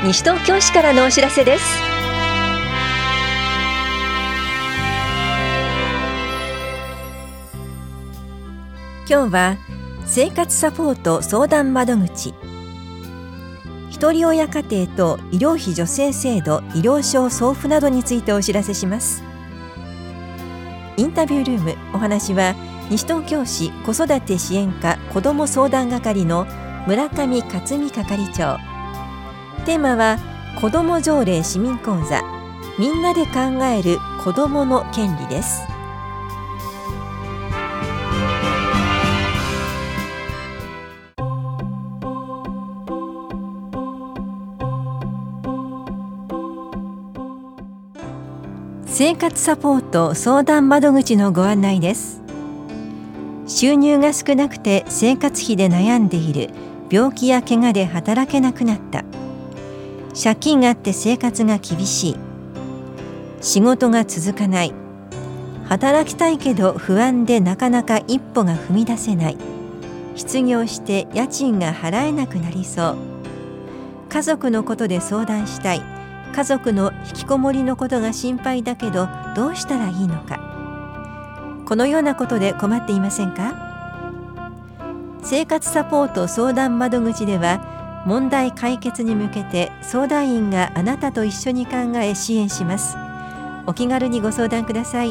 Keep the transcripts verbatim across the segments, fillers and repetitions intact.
西東京市からのお知らせです。今日は生活サポート相談窓口、ひとり親家庭と医療費助成制度、医療証送付などについてお知らせします。インタビュールーム、お話は西東京市子育て支援課子ども相談係の村上克美係長。テーマは子ども条例市民講座、みんなで考える子どもの権利です。生活サポート相談窓口のご案内です。収入が少なくて生活費で悩んでいる、病気や怪我で働けなくなった、借金があって生活が厳しい、仕事が続かない、働きたいけど不安でなかなか一歩が踏み出せない、失業して家賃が払えなくなりそう、家族のことで相談したい、家族の引きこもりのことが心配だけどどうしたらいいのか、このようなことで困っていませんか？生活サポート相談窓口では問題解決に向けて相談員があなたと一緒に考え支援します。お気軽にご相談ください。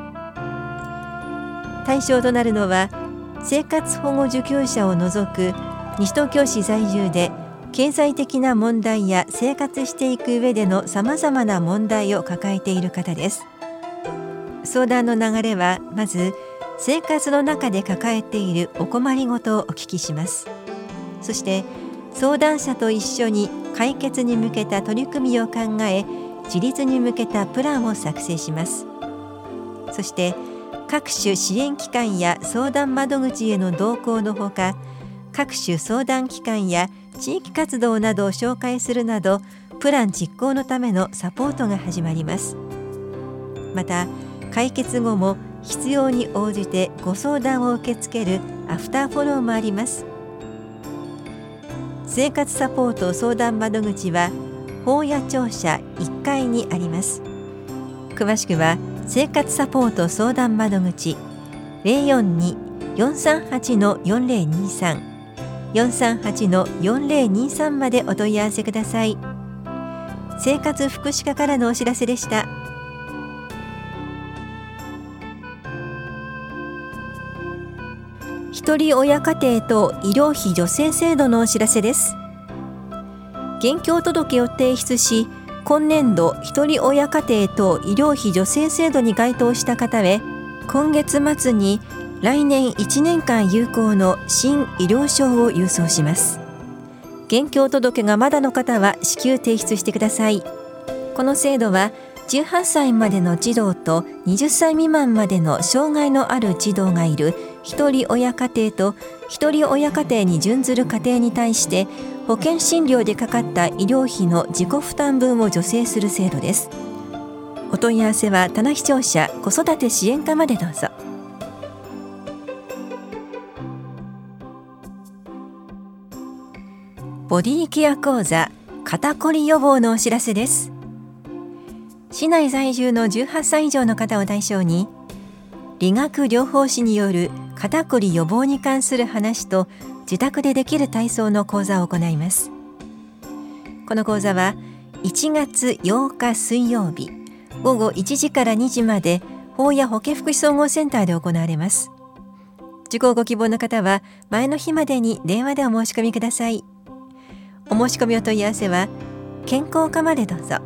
対象となるのは生活保護受給者を除く西東京市在住で経済的な問題や生活していく上でのさまざまな問題を抱えている方です。相談の流れは、まず生活の中で抱えているお困りごとをお聞きします。そして相談者と一緒に解決に向けた取り組みを考え、自立に向けたプランを作成します。そして各種支援機関や相談窓口への同行のほか、各種相談機関や地域活動などを紹介するなど、プラン実行のためのサポートが始まります。また解決後も必要に応じてご相談を受け付けるアフターフォローもあります。生活サポート相談窓口は宝谷庁舎いっかいにあります。詳しくは生活サポート相談窓口 ゼロよんに よんさんはち よんゼロにさん よんさんはち よんゼロにさん までお問い合わせください。生活福祉課からのお知らせでした。ひとり親家庭と医療費助成制度のお知らせです。現況届を提出し、今年度ひとり親家庭と医療費助成制度に該当した方へ、今月末に来年いちねんかん有効の新医療証を郵送します。現況届がまだの方は至急提出してください。この制度はじゅうはっさいまでの児童とはたち未満までの障害のある児童がいるひとり親家庭とひとり親家庭に準ずる家庭に対して、保険診療でかかった医療費の自己負担分を助成する制度です。お問い合わせは棚視聴者子育て支援課までどうぞ。ボディケア講座肩こり予防のお知らせです。市内在住のじゅうはっさい以上の方を対象に、理学療法士による肩こり予防に関する話と自宅でできる体操の講座を行います。この講座はいちがつようか水曜日ごごいちじからにじまで宝谷保健福祉総合センターで行われます。受講ご希望の方は前の日までに電話でお申し込みください。お申し込みお問い合わせは健康課までどうぞ。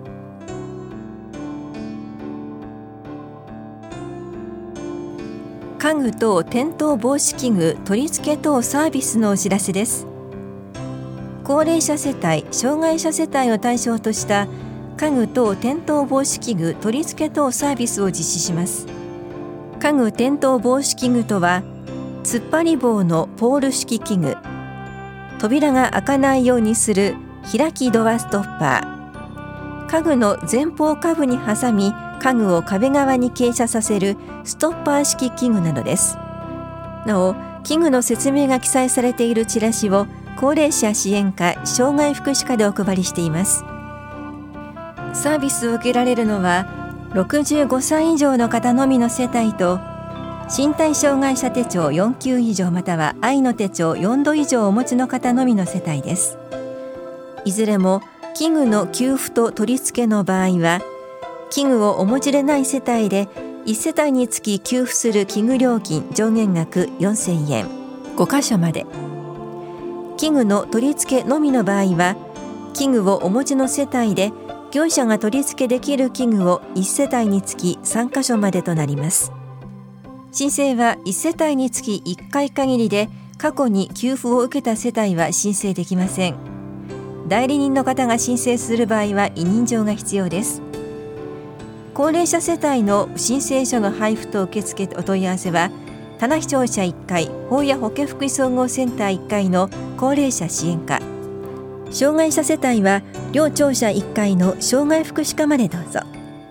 家具等転倒防止器具取り付け等サービスのお知らせです。高齢者世帯、障害者世帯を対象とした家具等転倒防止器具取り付け等サービスを実施します。家具転倒防止器具とは、突っ張り棒のポール式器具、扉が開かないようにする開きドアストッパー、家具の前方下部に挟み家具を壁側に傾斜させるストッパー式器具などです。なお、器具の説明が記載されているチラシを高齢者支援課障害福祉課でお配りしています。 サービスを受けられるのはろくじゅうごさい以上の方のみの世帯と、身体障害者手帳よん級以上または愛の手帳よん度以上をお持ちの方のみの世帯です。いずれも器具の給付と取り付けの場合は、器具をお持ちでない世帯でいち世帯につき給付する器具料金上限額よんせんえん、ご箇所まで。器具の取り付けのみの場合は、器具をお持ちの世帯で業者が取り付けできる器具をいち世帯につきさん箇所までとなります。申請はいち世帯につきいっかい限りで、過去に給付を受けた世帯は申請できません。代理人の方が申請する場合は委任状が必要です。高齢者世帯の申請書の配布と受付お問い合わせは、棚視聴者いっかい、法や保健福祉総合センターいっかいの高齢者支援課、障害者世帯は両庁舎いっかいの障害福祉課までどうぞ。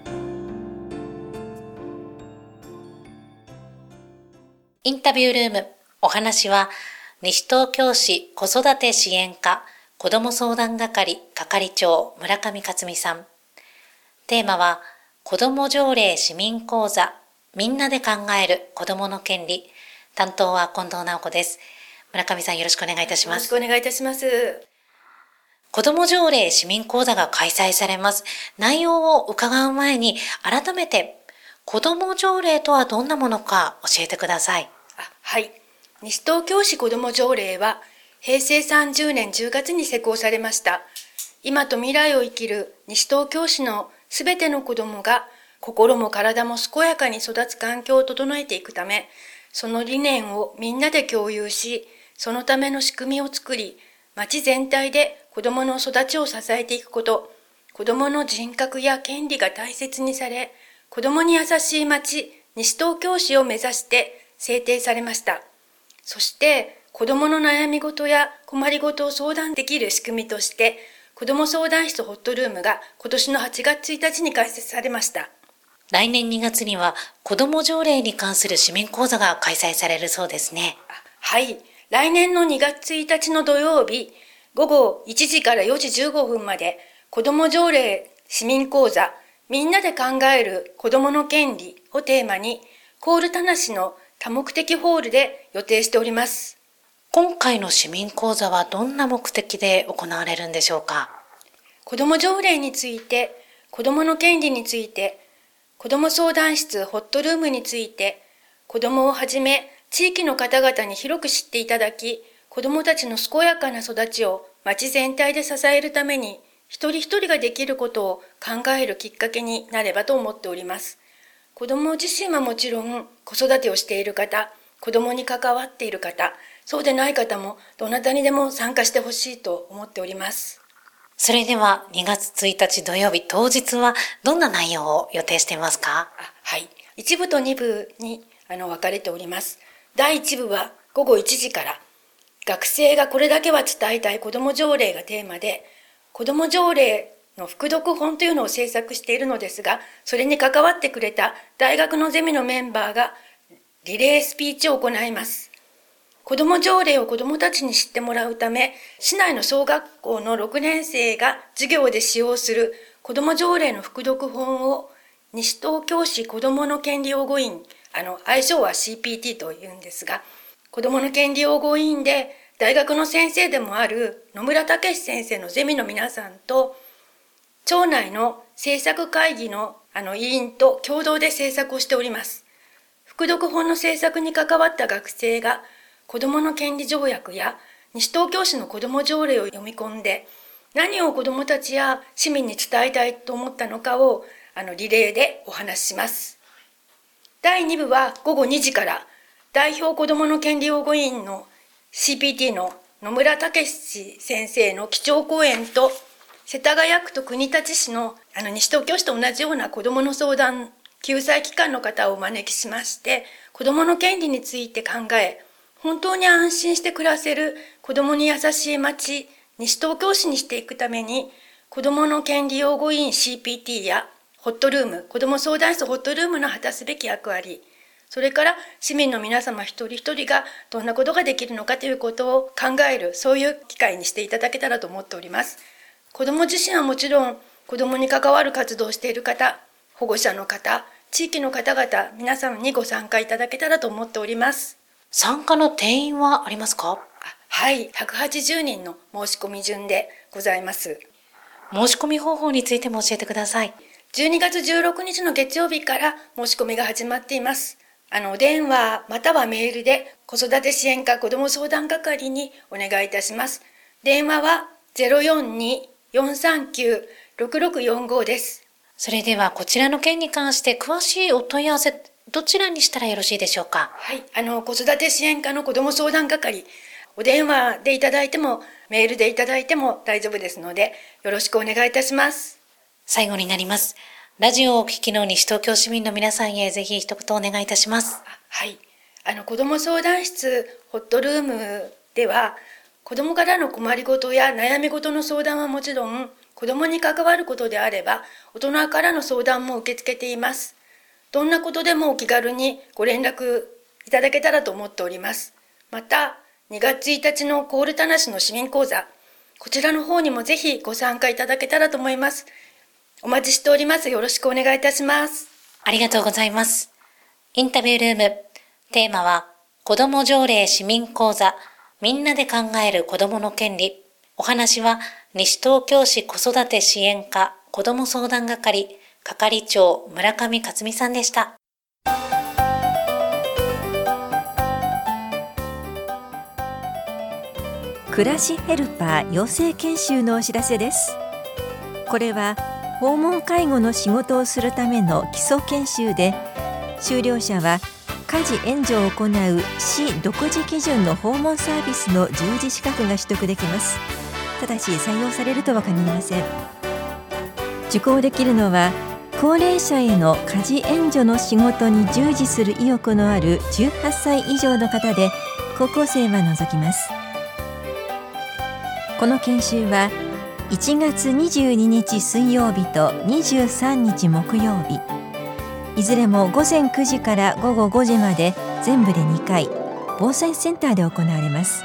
インタビュールーム、お話は西東京市子育て支援課子ども相談係係長村上克美さん。テーマは子ども条例市民講座、みんなで考える子どもの権利。担当は近藤直子です。村上さん、よろしくお願いいたします。 よろしくお願いいたします。 子ども条例市民講座が開催されます。内容を伺う前に、改めて子ども条例とはどんなものか教えてください。 あはい。西東京市子ども条例はへいせいさんじゅうねんじゅうがつに施行されました。今と未来を生きる西東京市のすべての子どもが心も体も健やかに育つ環境を整えていくため、その理念をみんなで共有し、そのための仕組みを作り、町全体で子どもの育ちを支えていくこと、子どもの人格や権利が大切にされ、子どもに優しい町、西東京市を目指して制定されました。そして、子どもの悩み事や困り事を相談できる仕組みとして、子ども相談室ホットルームが今年のはちがつついたちに開設されました。 来年にがつには子ども条例に関する市民講座が開催されるそうですね。 はい。来年のにがつついたちの土曜日、ごごいちじからよじじゅうごふんまで、子ども条例市民講座、みんなで考える子どもの権利をテーマに、コール田無の多目的ホールで予定しております。 今回の市民講座はどんな目的で行われるんでしょうか。 子ども条例について、子どもの権利について、子ども相談室ホットルームについて、子どもをはじめ地域の方々に広く知っていただき、子どもたちの健やかな育ちを町全体で支えるために、一人一人ができることを考えるきっかけになればと思っております。子ども自身はもちろん子育てをしている方、子どもに関わっている方、そうでない方もどなたにでも参加してほしいと思っております。 それではにがつついたち土曜日当日はどんな内容を予定していますか。 あはい。いち部とに部にあの分かれております。だいいち部はごごいちじから、学生がこれだけは伝えたい子ども条例がテーマで、子ども条例の副読本というのを制作しているのですが、それに関わってくれた大学のゼミのメンバーがリレースピーチを行います。子ども条例を子どもたちに知ってもらうため、市内の小学校のろくねん生が授業で使用する子ども条例の副読本を西東京市子どもの権利擁護員、あの愛称は シーピーティー というんですが、子どもの権利擁護委員で大学の先生でもある野村武先生のゼミの皆さんと、町内の政策会議のあの委員と共同で制作をしております。副読本の制作に関わった学生が子どもの権利条約や西東京市の子ども条例を読み込んで、何を子どもたちや市民に伝えたいと思ったのかをあのリレーでお話しします。だいに部はごごにじから代表子どもの権利擁護委員の シーピーティー の野村武先生の基調講演と、世田谷区と国立市のあの西東京市と同じような子どもの相談救済機関の方をお招きしまして、子どもの権利について考え、本当に安心して暮らせる子どもに優しい町、西東京市にしていくために、子どもの権利擁護委員 シーピーティー やホットルーム、子ども相談室ホットルームの果たすべき役割、それから市民の皆様一人一人がどんなことができるのかということを考える、そういう機会にしていただけたらと思っております。子ども自身はもちろん、 子どもに関わる活動をしている方、保護者の方、地域の方々、皆様にご参加いただけたらと思っております。 参加の定員はありますか？ はい、ひゃくはちじゅうにんの申し込み順でございます。 申し込み方法についても教えてください。 じゅうにがつじゅうろくにちの月曜日から申し込みが始まっています。あの、お電話またはメールで子育て支援課子ども相談係にお願いいたします。電話は ゼロよんに よんさんきゅう ろくろくよんご です。 それではこちらの件に関して詳しいお問い合わせ、どちらにしたらよろしいでしょうか？ はい、あの、子育て支援課の子ども相談係、お電話でいただいても、メールでいただいても大丈夫ですので、よろしくお願いいたします。 最後になります。ラジオをお聞きの西東京市民の皆さんへぜひ一言お願いいたします。 はい、あの、子ども相談室ホットルームでは、子どもからの困りごとや悩みごとの相談はもちろん、子どもに関わることであれば、大人からの相談も受け付けています。どんなことでもお気軽にご連絡いただけたらと思っております。また、にがつついたちのコールタナシの市民講座、こちらの方にもぜひご参加いただけたらと思います。お待ちしております。よろしくお願いいたします。 ありがとうございます。インタビュールーム、テーマは、子ども条例市民講座、みんなで考える子どもの権利。お話は、西東京市子育て支援課子ども相談係、係長村上克美さんでした。 暮らしヘルパー養成研修のお知らせです。これは訪問介護の仕事をするための基礎研修で、修了者は家事援助を行う市独自基準の訪問サービスの従事資格が取得できます。ただし採用されるとは限りません。受講できるのは高齢者への家事援助の仕事に従事する意欲のあるじゅうはっさい以上の方で、高校生は除きます。この研修はいちがつにじゅうににち水曜日とにじゅうさんにち木曜日、いずれもごぜんくじからごごごじまで全部でにかい、防災センターで行われます。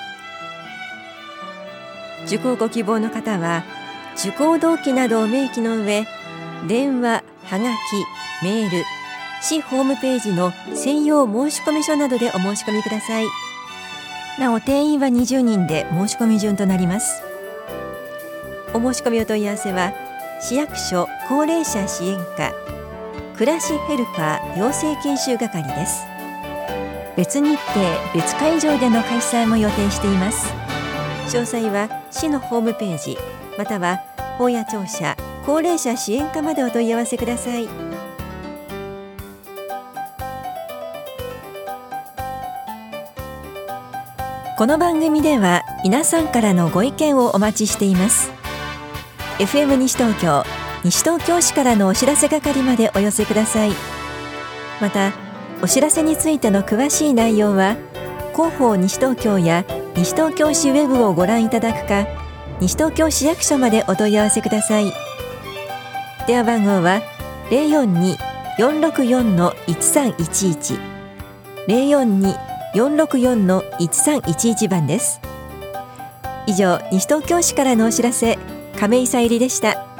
受講ご希望の方は受講動機などを明記の上、電話、はがき、メール、市ホームページの専用申込書などでお申し込みください。なお定員はにじゅうにんで申し込み順となります。お申し込みお問い合わせは市役所高齢者支援課暮らしヘルパー養成研修係です。別日程別会場での開催も予定しています。詳細は市のホームページまたは保谷庁舎高齢者支援課までお問い合わせください。この番組では皆さんからのご意見をお待ちしています。 エフエム 西東京西東京市からのお知らせ係までお寄せください。またお知らせについての詳しい内容は広報西東京や西東京市ウェブをご覧いただくか、西東京市役所までお問い合わせください。電話番号は ゼロよんに よんろくよん いちさんいちいち ゼロよんに よんろくよん いちさんいちいち番です。以上、西東京市からのお知らせ、亀井さゆりでした。